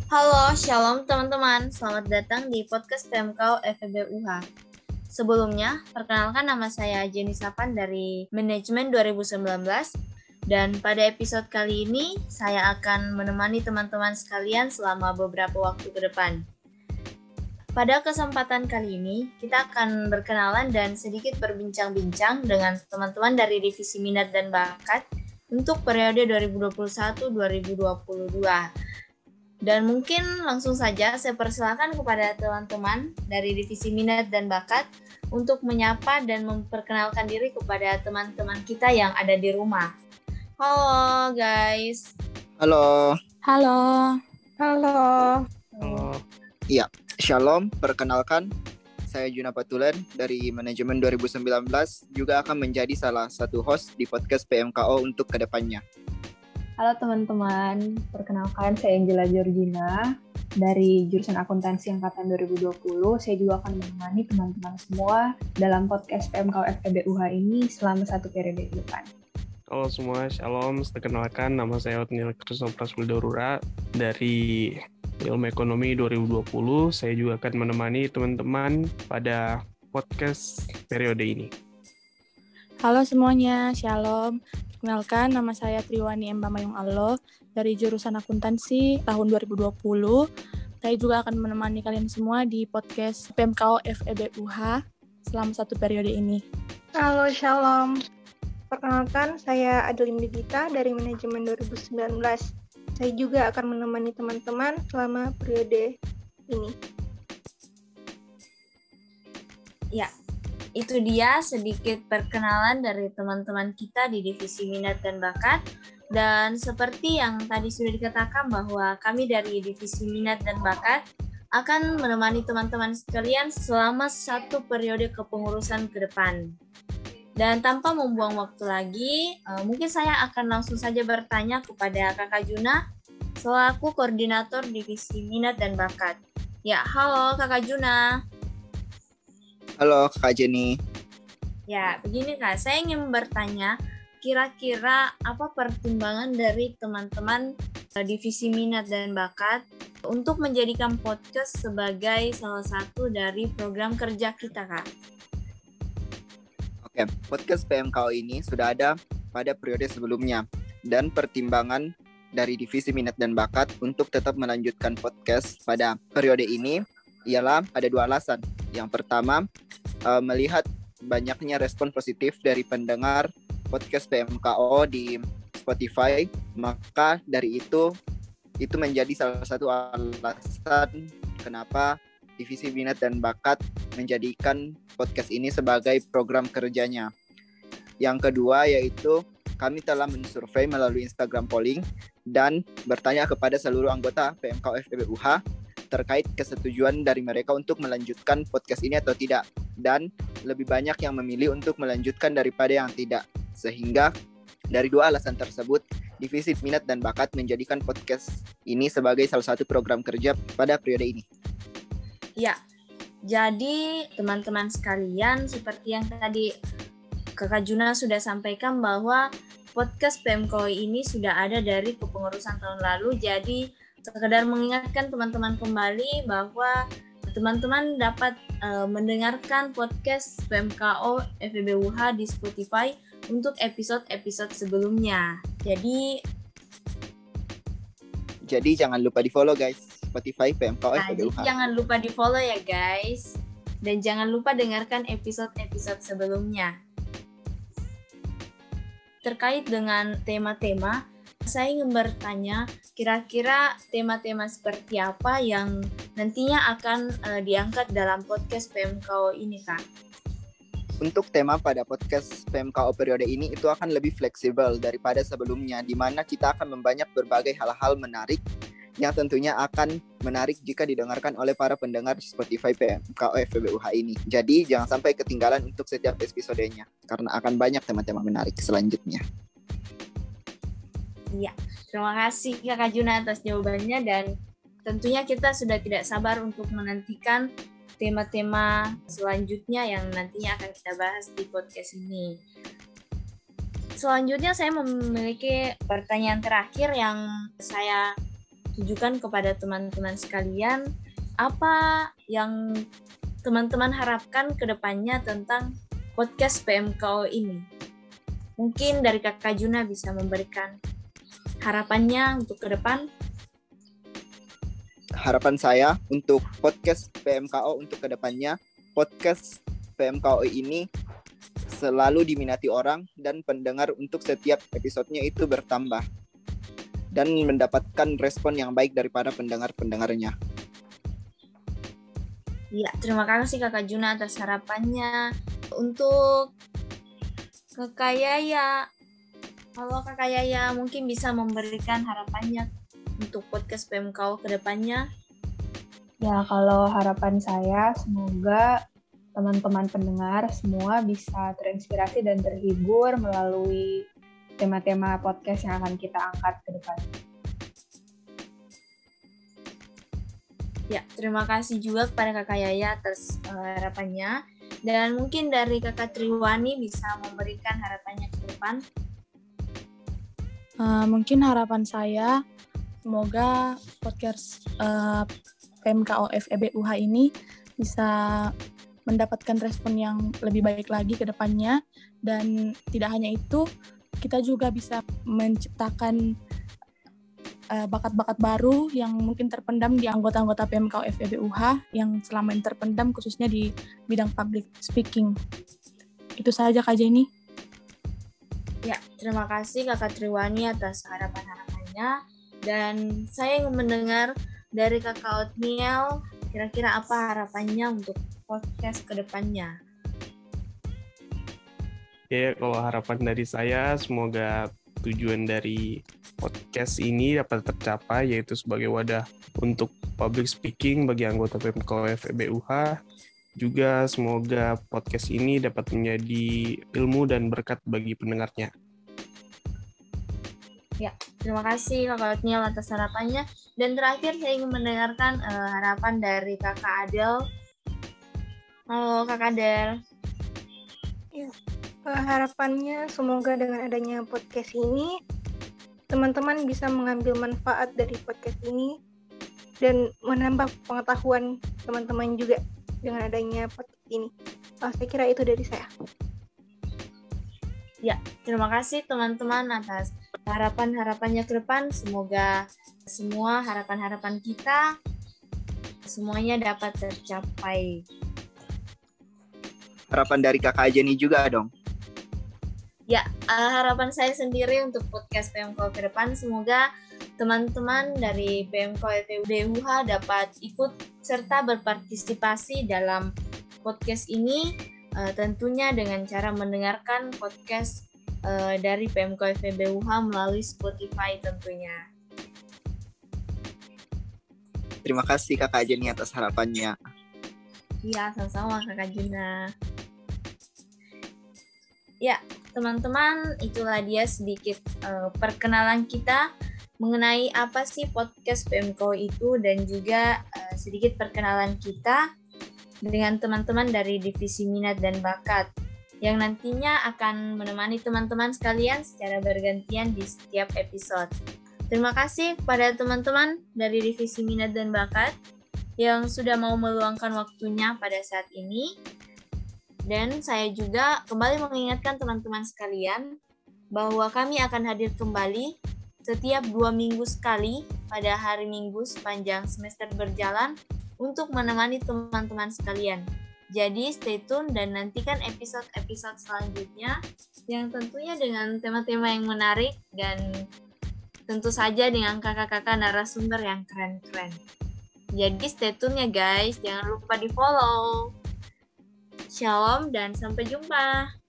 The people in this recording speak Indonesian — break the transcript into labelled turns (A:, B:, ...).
A: Halo, shalom teman-teman. Selamat datang di podcast PMK FEB UH. Sebelumnya, perkenalkan nama saya Jenny Sapan dari Manajemen 2019. Dan pada episode kali ini, saya akan menemani teman-teman sekalian selama beberapa waktu ke depan. Pada kesempatan kali ini, kita akan berkenalan dan sedikit berbincang-bincang dengan teman-teman dari Divisi Minat dan Bakat untuk periode 2021-2022. Dan mungkin langsung saja saya persilakan kepada teman-teman dari Divisi Minat dan Bakat untuk menyapa dan memperkenalkan diri kepada teman-teman kita yang ada di rumah. Halo guys.
B: Halo.
C: Halo.
D: Halo.
B: Iya, shalom. Perkenalkan, saya Juna Patulen dari Manajemen 2019, juga akan menjadi salah satu host di podcast PMKO untuk kedepannya.
D: Halo teman-teman, perkenalkan saya Angela Georgina dari jurusan akuntansi angkatan 2020. Saya juga akan menemani teman-teman semua dalam podcast PMKO FEB UH ini selama satu periode ke depan.
C: Halo semua, shalom. Perkenalkan, nama saya Otniel Krisno Praswildorura dari Ilmu Ekonomi 2020. Saya juga akan menemani teman-teman pada podcast periode ini.
E: Halo semuanya, shalom. Perkenalkan, nama saya Triwani M. Bamayung Allo dari jurusan akuntansi tahun 2020. Saya juga akan menemani kalian semua di podcast PMKO FEB UH selama satu periode ini.
F: Halo, shalom. Perkenalkan, saya Adeline Digita dari Manajemen 2019. Saya juga akan menemani teman-teman selama periode ini.
A: Ya, itu dia sedikit perkenalan dari teman-teman kita di Divisi Minat dan Bakat. Dan seperti yang tadi sudah dikatakan bahwa kami dari Divisi Minat dan Bakat akan menemani teman-teman sekalian selama satu periode kepengurusan ke depan. Dan tanpa membuang waktu lagi, mungkin saya akan langsung saja bertanya kepada Kakak Juna selaku koordinator Divisi Minat dan Bakat. Ya, halo Kakak Juna.
B: Halo Kak Jenny.
A: Ya, begini Kak, saya ingin bertanya, kira-kira apa pertimbangan dari teman-teman Divisi Minat dan Bakat untuk menjadikan podcast sebagai salah satu dari program kerja kita, Kak?
B: Oke, podcast PMKO ini sudah ada pada periode sebelumnya, dan pertimbangan dari Divisi Minat dan Bakat untuk tetap melanjutkan podcast pada periode ini ialah ada dua alasan. Yang pertama, melihat banyaknya respon positif dari pendengar podcast PMKO di Spotify, maka dari itu menjadi salah satu alasan kenapa Divisi Minat dan Bakat menjadikan podcast ini sebagai program kerjanya. Yang kedua yaitu kami telah mensurvei melalui Instagram polling dan bertanya kepada seluruh anggota PMKO FEB UH terkait kesetujuan dari mereka untuk melanjutkan podcast ini atau tidak. Dan lebih banyak yang memilih untuk melanjutkan daripada yang tidak. Sehingga dari dua alasan tersebut, Divisi Minat dan Bakat menjadikan podcast ini sebagai salah satu program kerja pada periode ini.
A: Ya, jadi teman-teman sekalian, seperti yang tadi Kakak Juna sudah sampaikan bahwa podcast PMKO ini sudah ada dari kepengurusan tahun lalu. Jadi sekedar mengingatkan teman-teman kembali bahwa teman-teman dapat mendengarkan podcast PMKO FEB UH di Spotify untuk episode-episode sebelumnya. Jadi
B: jangan lupa di-follow guys, Spotify PMKO FEB UH.
A: Jangan lupa di-follow ya guys. Dan jangan lupa dengarkan episode-episode sebelumnya. Terkait dengan tema-tema, saya ingin bertanya, kira-kira tema-tema seperti apa yang nantinya akan diangkat dalam podcast PMKO ini, Kak?
B: Untuk tema pada podcast PMKO periode ini itu akan lebih fleksibel daripada sebelumnya, di mana kita akan membanyak berbagai hal-hal menarik yang tentunya akan menarik jika didengarkan oleh para pendengar Spotify PMKO FEB UH ini. Jadi jangan sampai ketinggalan untuk setiap episodenya, karena akan banyak tema-tema menarik selanjutnya.
A: Iya, terima kasih Kakak Juna atas jawabannya dan tentunya kita sudah tidak sabar untuk menantikan tema-tema selanjutnya yang nantinya akan kita bahas di podcast ini. Selanjutnya saya memiliki pertanyaan terakhir yang saya tujukan kepada teman-teman sekalian apa yang teman-teman harapkan ke depannya tentang podcast PMKO ini. Mungkin dari Kakak Juna bisa memberikan harapannya untuk ke depan.
B: Harapan saya untuk podcast PMKO untuk kedepannya, podcast PMKO ini selalu diminati orang dan pendengar untuk setiap episodenya itu bertambah dan mendapatkan respon yang baik daripada pendengar-pendengarnya.
A: Ya, terima kasih Kakak Juna atas harapannya. Untuk Kakak Yaya, kalau Kakak Yaya mungkin bisa memberikan harapannya untuk podcast PMKO ke depannya.
D: Ya, kalau harapan saya semoga teman-teman pendengar semua bisa terinspirasi dan terhibur melalui tema-tema podcast yang akan kita angkat ke depan.
A: Ya, terima kasih juga kepada Kakak Yaya atas harapannya. Dan mungkin dari Kakak Triwani bisa memberikan harapannya ke depan.
E: Mungkin harapan saya semoga podcast PMKO FEBUH ini bisa mendapatkan respon yang lebih baik lagi ke depannya, dan tidak hanya itu, kita juga bisa menciptakan bakat-bakat baru yang mungkin terpendam di anggota-anggota PMKO FEBUH yang selama ini terpendam khususnya di bidang public speaking. Itu saja Kak Jenny.
A: Ya, terima kasih Kakak Triwani atas harapan-harapannya. Dan saya ingin mendengar dari Kakak Otniel, kira-kira apa harapannya untuk podcast ke depannya?
C: Ya, kalau harapan dari saya, semoga tujuan dari podcast ini dapat tercapai, yaitu sebagai wadah untuk public speaking bagi anggota PMKO FEBUH. Juga semoga podcast ini dapat menjadi ilmu dan berkat bagi pendengarnya.
A: Ya, terima kasih Kakak Otniel atas harapannya. Dan terakhir saya ingin mendengarkan harapan dari Kakak Adel. Halo Kakak Adel.
F: Ya, harapannya semoga dengan adanya podcast ini, teman-teman bisa mengambil manfaat dari podcast ini dan menambah pengetahuan teman-teman juga dengan adanya podcast ini. Saya kira itu dari saya.
A: Ya, terima kasih teman-teman atas harapan-harapannya ke depan. Semoga semua harapan-harapan kita semuanya dapat tercapai.
B: Harapan dari Kakak Jenny juga dong.
A: Ya, harapan saya sendiri untuk podcast PMKO ke depan, semoga teman-teman dari PMKO FEBUH dapat ikut serta berpartisipasi dalam podcast ini, tentunya dengan cara mendengarkan podcast dari PMKO FEBUH melalui Spotify tentunya.
B: Terima kasih Kakak Jenny atas harapannya.
A: Iya, sama-sama Kakak Juna. Ya, teman-teman, itulah dia sedikit perkenalan kita mengenai apa sih podcast PMKO itu, dan juga sedikit perkenalan kita dengan teman-teman dari Divisi Minat dan Bakat yang nantinya akan menemani teman-teman sekalian secara bergantian di setiap episode. Terima kasih kepada teman-teman dari Divisi Minat dan Bakat yang sudah mau meluangkan waktunya pada saat ini. Dan saya juga kembali mengingatkan teman-teman sekalian bahwa kami akan hadir kembali setiap 2 minggu sekali pada hari Minggu sepanjang semester berjalan untuk menemani teman-teman sekalian. Jadi stay tune dan nantikan episode-episode selanjutnya yang tentunya dengan tema-tema yang menarik dan tentu saja dengan kakak-kakak narasumber yang keren-keren. Jadi stay tune ya guys, jangan lupa di follow. Shalom dan sampai jumpa.